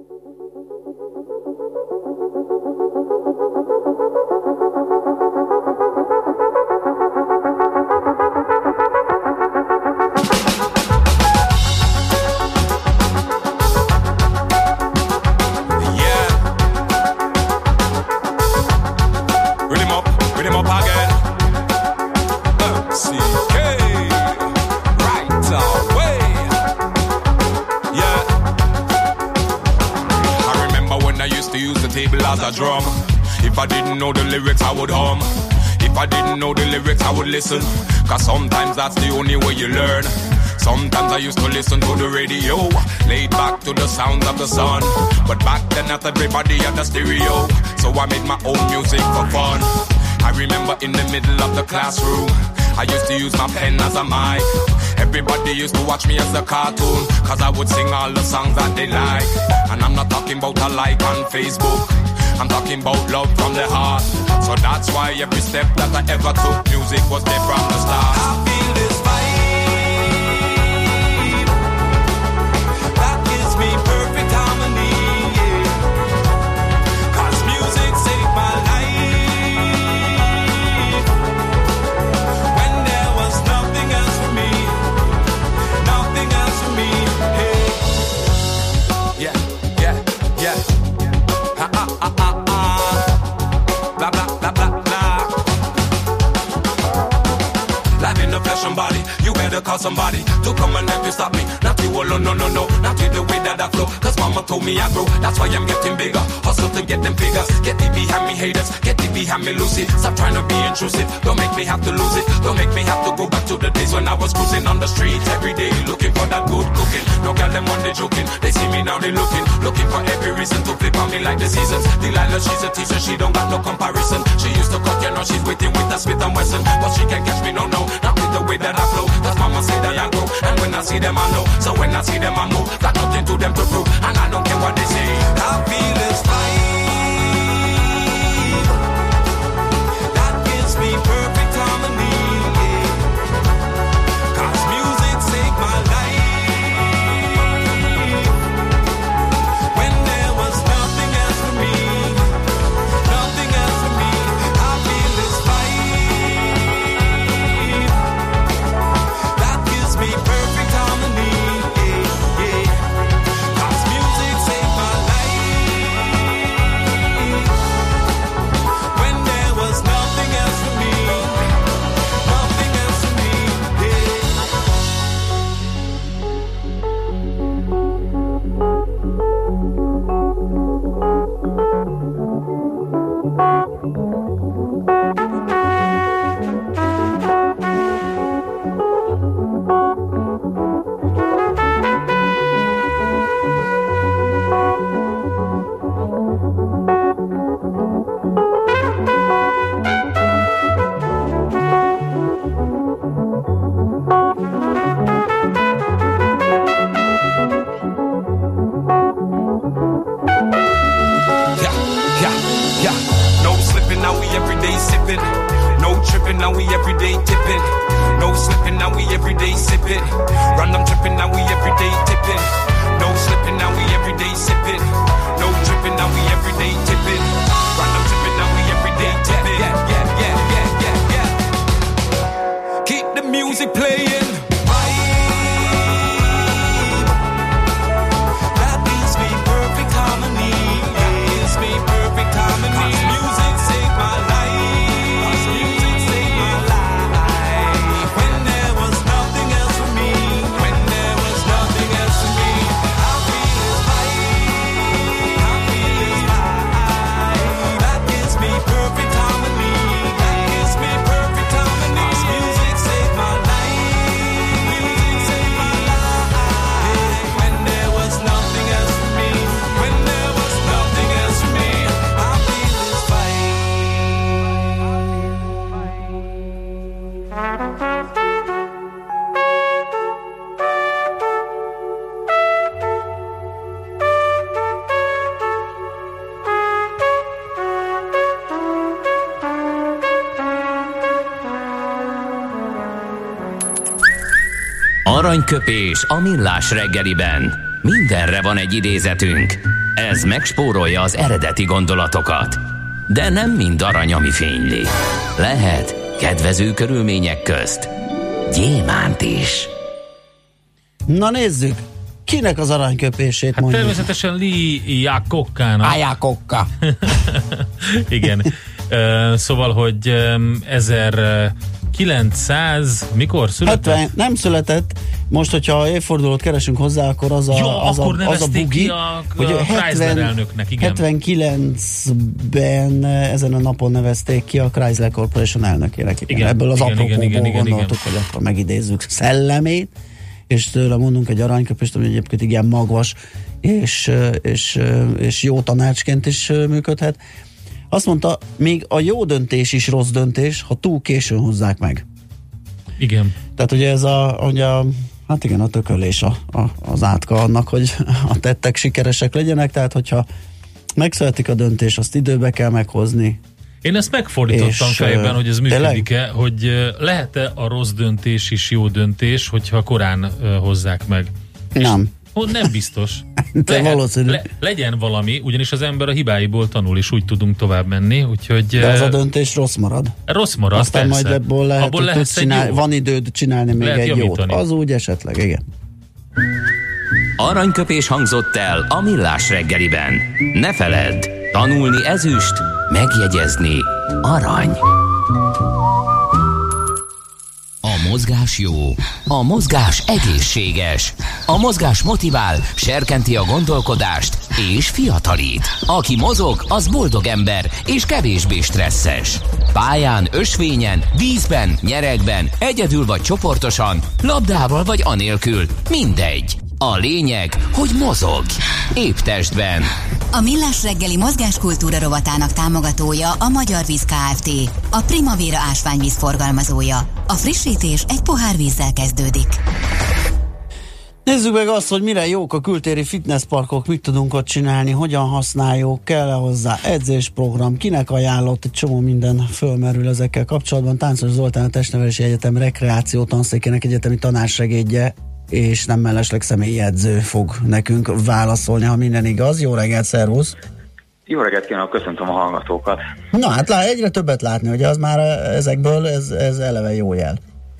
As a drum. If I didn't know the lyrics, I would hum. If I didn't know the lyrics, I would listen. Cause sometimes that's the only way you learn. Sometimes I used to listen to the radio, laid back to the sounds of the sun. But back then not everybody had a stereo, so I made my own music for fun. I remember in the middle of the classroom, I used to use my pen as a mic. Everybody used to watch me as a cartoon, cause I would sing all the songs that they like. And I'm not talking about a like on Facebook, I'm talking about love from the heart. So that's why every step that I ever took, music was there from the start. I feel this vibe that gives me perfect harmony, yeah. Cause music saved my life when there was nothing else for me, nothing else for me, hey. Yeah, yeah, yeah. Ha ha ha ha. Blah blah blah blah blah. Life in the flesh and body, you better call somebody to come and help you stop me. Not you alone, no, no, no, not with the way that I flow. Cause mama told me I grow, that's why I'm getting bigger. Hustle to get them figures, get the behind me haters, get the behind me Lucy. Stop trying to be intrusive, don't make me have to lose it. Don't make me have to go back to the days when I was cruising on the street every day, looking for that good cooking. No girl them on they joking, they see me now they looking for every reason to flip on me like the seasons. Delilah, she's a teacher, she don't got no comparison. She used to cut, you know she's waiting with a Smith and Wesson, but she can't catch me, no, no, not with the way that I flow. Cause mama say that I grow, and when I see them I know. So when I see them I move, got nothing to them to prove, and I don't care what they say. I feel this vibe that gives me perfect harmony, yeah. Cause music saved my life when there was nothing else for me, nothing else for me. I feel this vibe that gives me perfect harmony, yeah, yeah. Cause music saved my life when there was nothing else for me, nothing else for me, yeah. No slipping, now we everyday sipping. No tripping, now we everyday tipping. No slipping, now we everyday sipping. Random tripping, now we everyday tipping. No slipping, now we everyday sipping. No tripping, now we everyday tipping. Random Aranyköpés a millás reggeliben. Mindenre van egy idézetünk. Ez megspórolja az eredeti gondolatokat. De nem mind arany, ami fényli. Lehet kedvező körülmények közt gyémánt is. Na nézzük, kinek az aranyköpését hát mondjuk? Természetesen Lee Iacocca-nak. Iacocca. Igen. Szóval, hogy 1900, mikor született? 70, nem született. Most, hogyha évfordulót keresünk hozzá, akkor az a bugi, hogy a Chrysler elnöknek, igen. 79-ben ezen a napon nevezték ki a Chrysler Corporation elnökének. Igen, ebből az apropóból gondoltuk, hogy akkor megidézzük szellemét, és tőle mondunk egy aranyköpést, ami egyébként igen magvas, és jó tanácsként is működhet. Azt mondta, még a jó döntés is rossz döntés, ha túl későn hozzák meg. Igen. Tehát ugye ez hát igen, a tökölés az átka annak, hogy a tettek sikeresek legyenek, tehát hogyha megszületik a döntés, azt időbe kell meghozni. Én ezt megfordítottam fejben, hogy ez működik-e, hogy lehet-e a rossz döntés is jó döntés, hogyha korán hozzák meg? Nem. Nem biztos. De valószínű. Legyen valami, ugyanis az ember a hibáiból tanul, és úgy tudunk tovább menni, úgyhogy... De az a döntés rossz marad. Rossz marad, aztán persze. majd ebből lehet, van időd csinálni még lehet egy javítani. jót. Az úgy esetleg, igen. Aranyköpés hangzott el a millás reggeliben. Ne feledd, tanulni ezüst, megjegyezni arany. A mozgás jó, a mozgás egészséges, a mozgás motivál, serkenti a gondolkodást és fiatalít. Aki mozog, az boldog ember és kevésbé stresszes. Pályán, ösvényen, vízben, nyeregben, egyedül vagy csoportosan, labdával vagy anélkül, mindegy. A lényeg, hogy mozog. Épp testben. A Millás reggeli mozgáskultúra rovatának támogatója a Magyar Víz Kft. A Primavera ásványvíz forgalmazója. A frissítés egy pohár vízzel kezdődik. Nézzük meg azt, hogy mire jók a kültéri fitnessparkok, mit tudunk ott csinálni, hogyan használjuk, kell-e hozzá edzésprogram, kinek ajánlott, egy csomó minden fölmerül ezekkel kapcsolatban. Táncos Zoltán, a Testnevelési Egyetem rekreáció tanszékének egyetemi tanársegédje és nem mellesleg személyi edző fog nekünk válaszolni, ha minden igaz. Jó reggelt, szervusz! Jó reggelt kívánok, köszöntöm a hallgatókat! Na hát egyre többet látni, hogy az már ezekből ez eleve jó jel.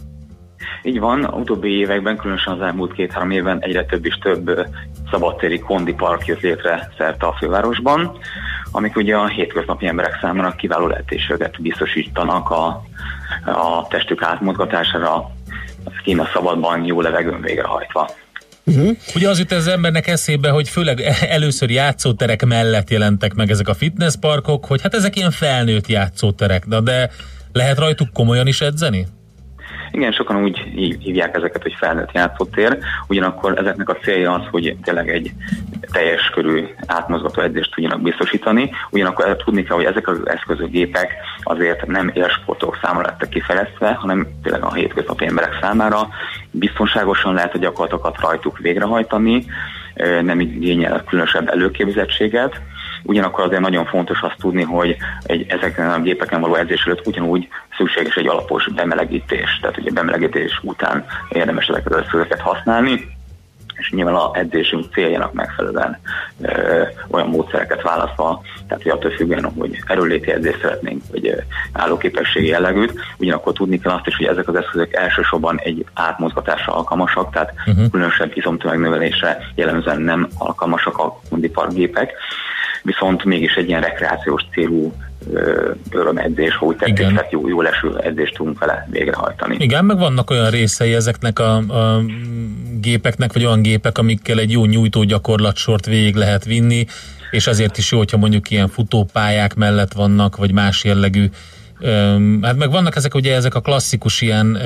Így van, a utóbbi években, különösen az elmúlt 2-3 évben egyre több és több szabadtéri kondipark jött létre szerte a fővárosban, amik ugye a hétköznapi emberek számára kiváló lehetőséget biztosítanak a testük átmozgatására, kint a szabadban, jó levegőn végrehajtva. Ugye az jut az embernek eszébe, hogy főleg először játszóterek mellett jelentek meg ezek a fitnessparkok, hogy hát ezek ilyen felnőtt játszóterek, de lehet rajtuk komolyan is edzeni? Igen, sokan úgy hívják ezeket, hogy felnőtt játszótér, ugyanakkor ezeknek a célja az, hogy tényleg egy teljes körű átmozgató edzést tudjanak biztosítani, ugyanakkor tudni kell, hogy ezek az eszközök, gépek azért nem élsportok számára lettek kifejlesztve, hanem tényleg a hétköznapi emberek számára biztonságosan lehet a gyakorlatokat rajtuk végrehajtani, nem igényel különösebb előképzettséget. Ugyanakkor azért nagyon fontos azt tudni, hogy ezeken a gépeken való edzés előtt ugyanúgy szükséges egy alapos bemelegítés. Tehát ugye bemelegítés után érdemes ezeket az eszközöket használni, és nyilván az edzésünk céljának megfelelően olyan módszereket választva, tehát hogy attól függően, hogy erőléti edzést szeretnénk, vagy állóképességi jellegűt, ugyanakkor tudni kell azt is, hogy ezek az eszközök elsősorban egy átmozgatásra alkalmasak, tehát különösebb izomtömegnövelésre jellemzően nem alkalmasak a kondiparkgépek, viszont mégis egy ilyen rekreációs célú örömedzés, ha úgy tetszik, tehát jó leső edzést tudunk vele végrehajtani. Igen, meg vannak olyan részei ezeknek a gépeknek, vagy olyan gépek, amikkel egy jó nyújtó gyakorlatsort végig lehet vinni, és azért is jó, hogyha mondjuk ilyen futópályák mellett vannak, vagy más jellegű. Hát meg vannak ezek a klasszikus ilyen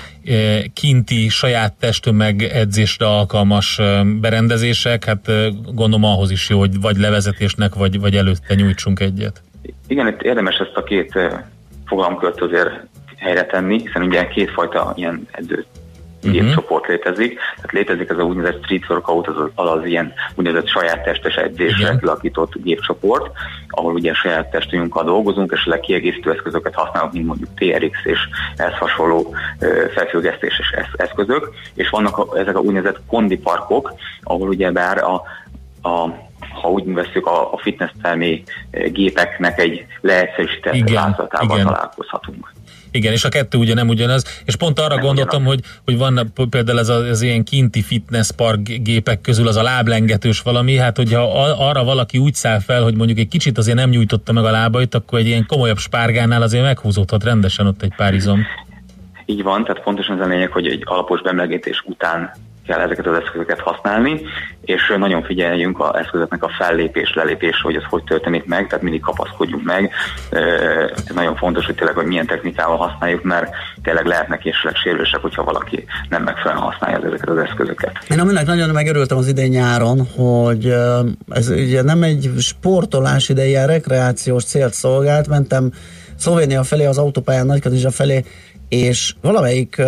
kinti saját testtömeg edzésre alkalmas berendezések, hát gondolom ahhoz is jó, hogy vagy levezetésnek, vagy előtte nyújtsunk egyet. Igen, itt érdemes ezt a két fogalomkört azért helyre tenni, hiszen ugye kétfajta ilyen gépcsoport létezik. Tehát létezik ez a úgynevezett street workout, az ilyen úgynevezett saját testes edzésre kilakított gépcsoport, ahol ugye saját testünkkal dolgozunk, és a kiegészítő eszközöket használunk, mint mondjuk TRX és ehhez hasonló felfüggesztéses eszközök, és vannak ezek a úgynevezett kondiparkok, ahol ugyebár ha úgy veszük, a fitnesstermi gépeknek egy leegyszerűsített változatában találkozhatunk. Igen, és a kettő ugye nem ugyanaz, és pont arra gondoltam, hogy van például ez az ilyen kinti fitness park gépek közül az a láblengetős valami, hát hogyha arra valaki úgy száll fel, hogy mondjuk egy kicsit azért nem nyújtotta meg a lábait, akkor egy ilyen komolyabb spárgánál azért meghúzódhat rendesen ott egy pár izom. Így van, tehát pontosan ez a lényeg, hogy egy alapos bemelegítés után kell ezeket az eszközöket használni, és nagyon figyeljünk az eszközöknek a fellépés-lelépés, hogy ez hogy történik meg, tehát mindig kapaszkodjunk meg. Ez nagyon fontos, hogy tényleg, hogy milyen technikával használjuk, mert tényleg lehetnek esetleg sérülések, hogyha valaki nem megfelelően használja ezeket az eszközöket. Én aminek nagyon megörültem az idén nyáron, hogy ez ugye nem egy sportolás ide, ilyen rekreációs célt szolgált, mentem Szlovénia felé, az autópályán Nagykanizsa felé, és valamelyik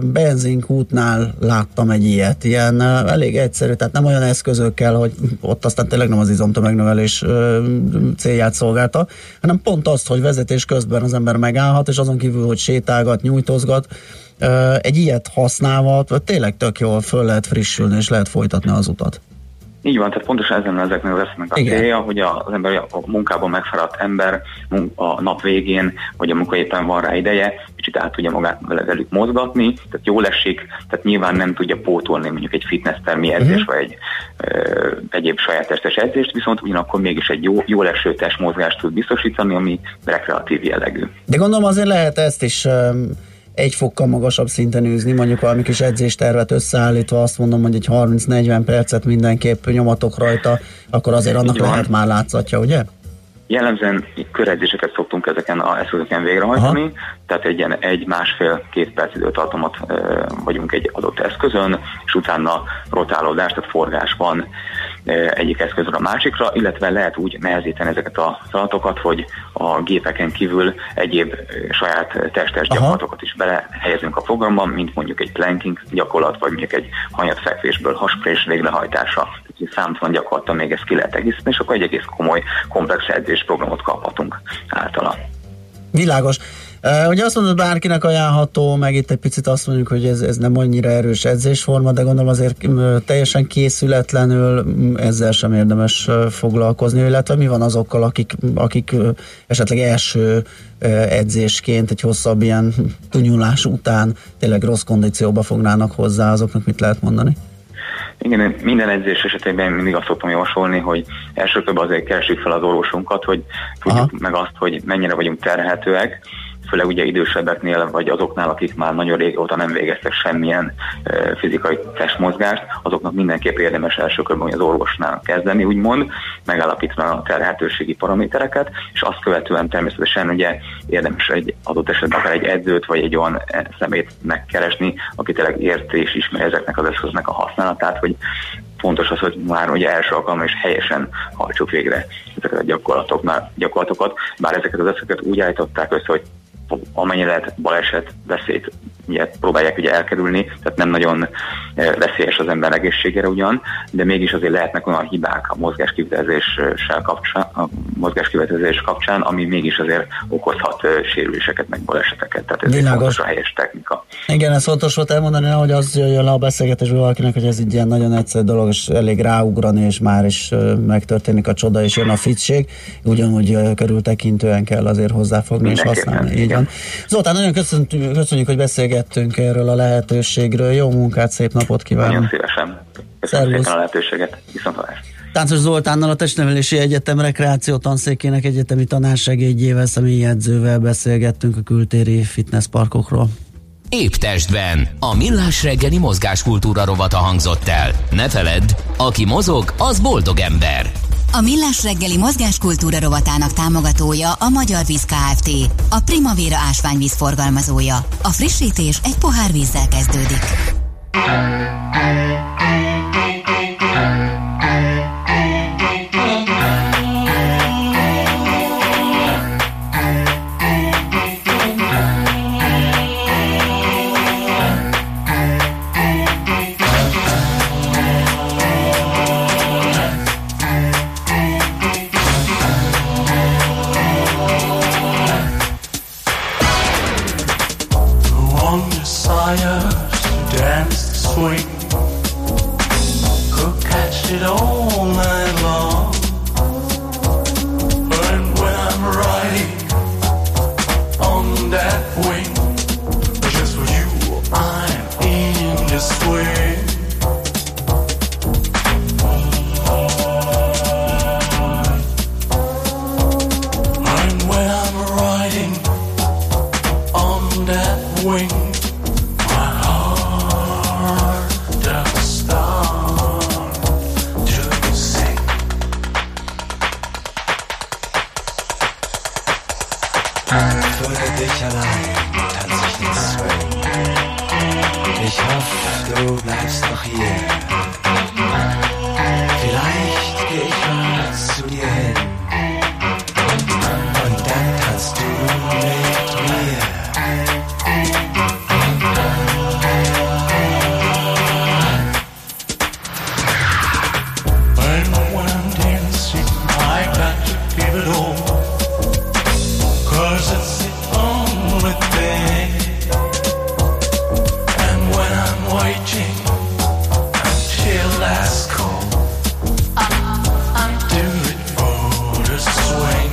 benzinkútnál láttam egy ilyet, ilyen elég egyszerű, tehát nem olyan eszközökkel, hogy ott aztán tényleg nem az izomtömegnövelés célját szolgálta, hanem pont azt, hogy vezetés közben az ember megállhat, és azon kívül, hogy sétálgat, nyújtózgat, egy ilyet használva tényleg tök jól föl lehet frissülni, és lehet folytatni az utat. Így van, tehát pontosan ezeknek az eszemnek a célja, hogy az ember, a munkában megfáradt ember a nap végén, vagy a munka éppen van rá ideje, kicsit át tudja magát velük mozgatni, tehát jól esik, tehát nyilván nem tudja pótolni mondjuk egy fitnesstermi edzés, vagy egy egyéb saját testes edzést, viszont ugyanakkor mégis egy jól eső testmozgást tud biztosítani, ami rekreatív jellegű. De gondolom azért lehet ezt is egy fokkal magasabb szinten űzni, mondjuk valami kis edzéstervet összeállítva, azt mondom, hogy egy 30-40 percet mindenképp nyomatok rajta, akkor azért annak lehet már látszatja, ugye? Jellemzően köredzéseket szoktunk ezeken az eszközöken végrehajtani, tehát egy másfél-két perc időtartamot vagyunk egy adott eszközön, és utána rotálódás, tehát forgás van egyik eszközről a másikra, illetve lehet úgy nehezíteni ezeket a feladatokat, hogy a gépeken kívül egyéb saját testes gyakorlatokat is belehelyezünk a programban, mint mondjuk egy planking gyakorlat, vagy mondjuk egy hanyatfekvésből hasprés végrehajtása. Számtalan gyakorlatilag még ezt ki lehet egészíteni, és akkor egy egész komoly, komplex edzésprogramot kaphatunk általa. Világos. Ugye azt mondod, bárkinek ajánlható, meg itt egy picit azt mondjuk, hogy ez nem annyira erős edzésforma, de gondolom azért teljesen készületlenül ezzel sem érdemes foglalkozni, illetve mi van azokkal, akik esetleg első edzésként egy hosszabb ilyen tunyulás után tényleg rossz kondícióba fognának hozzá, azoknak mit lehet mondani? Igen, minden edzés esetében mindig azt szoktam javasolni, hogy elsősorban azért keresjük fel az orvosunkat, hogy tudjuk meg azt, hogy mennyire vagyunk terhelhetőek, főleg ugye idősebbeknél, vagy azoknál, akik már nagyon régóta nem végeztek semmilyen fizikai testmozgást, azoknak mindenképp érdemes elsőkörben az orvosnál kezdeni, úgymond, megállapítva a terhelhetőségi paramétereket, és azt követően természetesen ugye érdemes egy adott esetben akár egy edzőt, vagy egy olyan személyt megkeresni, aki tényleg érti és ismeri ezeknek az eszköznek a használatát, hogy fontos az, hogy már ugye első alkalommal is helyesen hajtsuk végre ezeket a gyakorlatokat, bár ezeket az eszközöket úgy állították össze, hogy amennyire lehet baleset, veszélyt ugye, próbálják ugye elkerülni, tehát nem nagyon veszélyes az ember egészségére ugyan, de mégis azért lehetnek olyan hibák a mozgáskivezetés kapcsán, ami mégis azért okozhat sérüléseket, meg baleseteket, tehát ez fontos a helyes technika. Igen, ez fontos volt elmondani, hogy az jöjjön le a beszélgetésből valakinek, hogy ez egy ilyen nagyon egyszerű dolog, és elég ráugrani, és már is megtörténik a csoda, és jön a fittség, ugyanúgy körültekintően kell azért hozzáfogni és használni. Így van. Zoltán, nagyon köszönjük, hogy beszélgettünk erről a lehetőségről. Jó munkát, szép napot kívánok! Nagyon szívesen. Köszönöm szépen a lehetőséget. Viszontlátásra. Táncos Zoltánnal, a Testnevelési Egyetem rekreáció tanszékének egyetemi tanársegédjével, személyi edzővel beszélgettünk a kültéri fitnessparkokról. Épp testben. A Millás reggeli mozgáskultúra rovata hangzott el. Ne feledd, aki mozog, az boldog ember. A Millás reggeli mozgáskultúra rovatának támogatója a Magyar Víz Kft. A Primavera ásványvíz forgalmazója. A frissítés egy pohár vízzel kezdődik. Für dich allein tanz ich den Swing. Ich hoffe, du bleibst noch hier. Vielleicht geh ich mal zu dir hin. Und dann tanzt du mit mir. When I'm dancing, I got to give it all. 'Cause it's the only thing. And when I'm waiting until last call, I do it for the swing.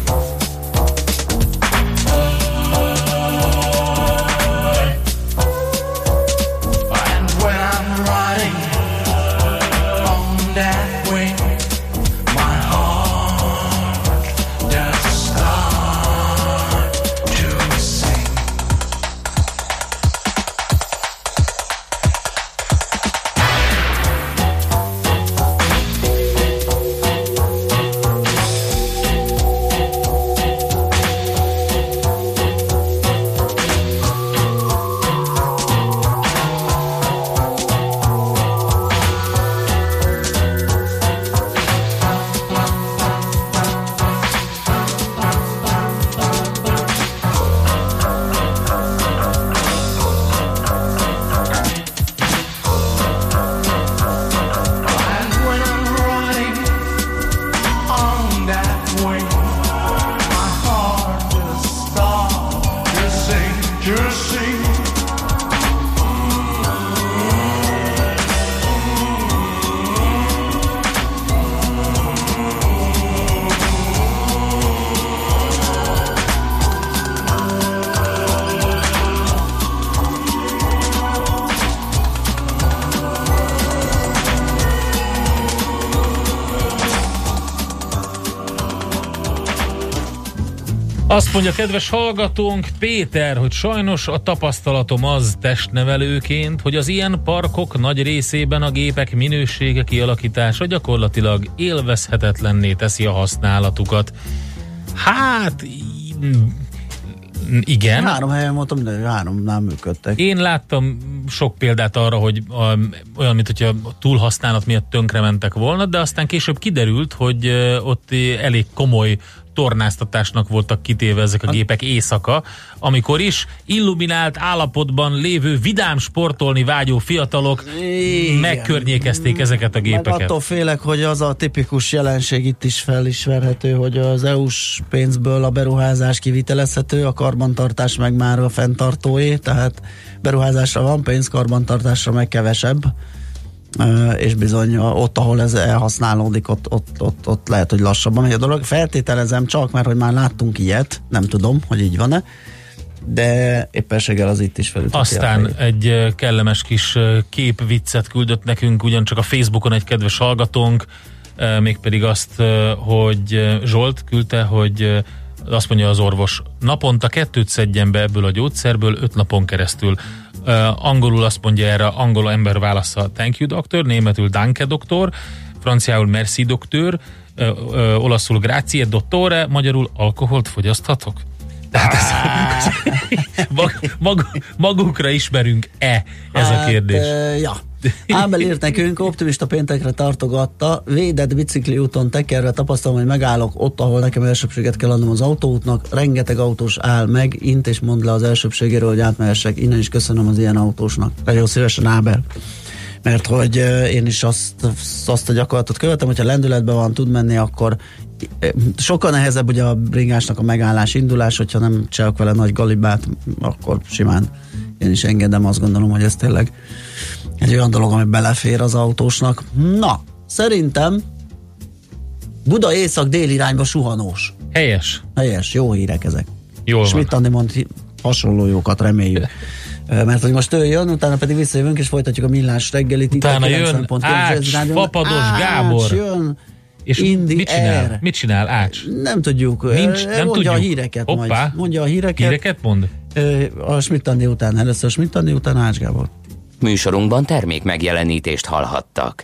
And when I'm riding on that wing, my heart does start to sing. And when I'm riding on that wing, my heart will start to sing, to sing. Azt mondja kedves hallgatónk Péter, hogy sajnos a tapasztalatom az testnevelőként, hogy az ilyen parkok nagy részében a gépek minősége kialakítása gyakorlatilag élvezhetetlenné teszi a használatukat. Hát igen. 3 helyen voltam, de 3-nál működtek. Én láttam sok példát arra, hogy olyan, mint hogyha a túlhasználat miatt tönkrementek volna, de aztán később kiderült, hogy ott elég komoly tornáztatásnak voltak kitéve ezek a gépek éjszaka, amikor is illuminált állapotban lévő vidám sportolni vágyó fiatalok megkörnyékezték ezeket a gépeket. Meg attól félek, hogy az a tipikus jelenség itt is felismerhető, hogy az EU-s pénzből a beruházás kivitelezhető, a karbantartás meg már a fenntartóé, tehát beruházásra van pénz, karbantartásra meg kevesebb. És bizony ott, ahol ez elhasználódik, ott lehet, hogy lassabban megy a dolog. Feltételezem csak, mert hogy már láttunk ilyet, nem tudom, hogy így van-e, de éppenséggel az itt is felütötti. Aztán egy kellemes kis képviccet küldött nekünk ugyancsak a Facebookon egy kedves hallgatónk, mégpedig azt, hogy Zsolt küldte, hogy azt mondja az orvos, naponta 2 szedjen be ebből a gyógyszerből 5 napon keresztül. Angolul azt mondja erre, angol ember válasza thank you doktor, németül danke doktor, franciául merci doktor, olaszul grazie dottore, magyarul alkoholt fogyaszthatok? Tehát magukra ismerünk-e ez a kérdés? Ja. Ábel írt nekünk, optimista péntekre tartogatta, védett bicikliúton tekerve tapasztalom, hogy megállok ott, ahol nekem elsőbséget kell adnom az autóútnak, rengeteg autós áll meg, int és mond le az elsőbségéről, hogy átmehessek, innen is köszönöm az ilyen autósnak. Nagyon szívesen, Ábel. Mert hogy én is azt a gyakorlatot követem, hogyha lendületben van, tud menni, akkor sokkal nehezebb ugye a bringásnak a megállás, indulás, hogyha nem csinálok vele nagy galibát, akkor simán én is engedem, azt gondolom, hogy ez tényleg egy olyan dolog, ami belefér az autósnak. Na, szerintem Buda észak-dél irányba suhanós. Helyes, jó hírek ezek. Jól Schmidt Andi mond hasonló jókat, reméljük. Mert hogy most ő jön, utána pedig visszajövünk, és folytatjuk a millás reggelit. Utána jön Ács, Fapados Gábor. Jön, és mit csinál Ács? Nem tudjuk. Nem mondja tudjuk. A híreket majd. Mondja a híreket. Híreket mond? A Schmidt Andi után. Először Schmidt Andi, után Ács Gábor. Műsorunkban termék megjelenítést hallhattak.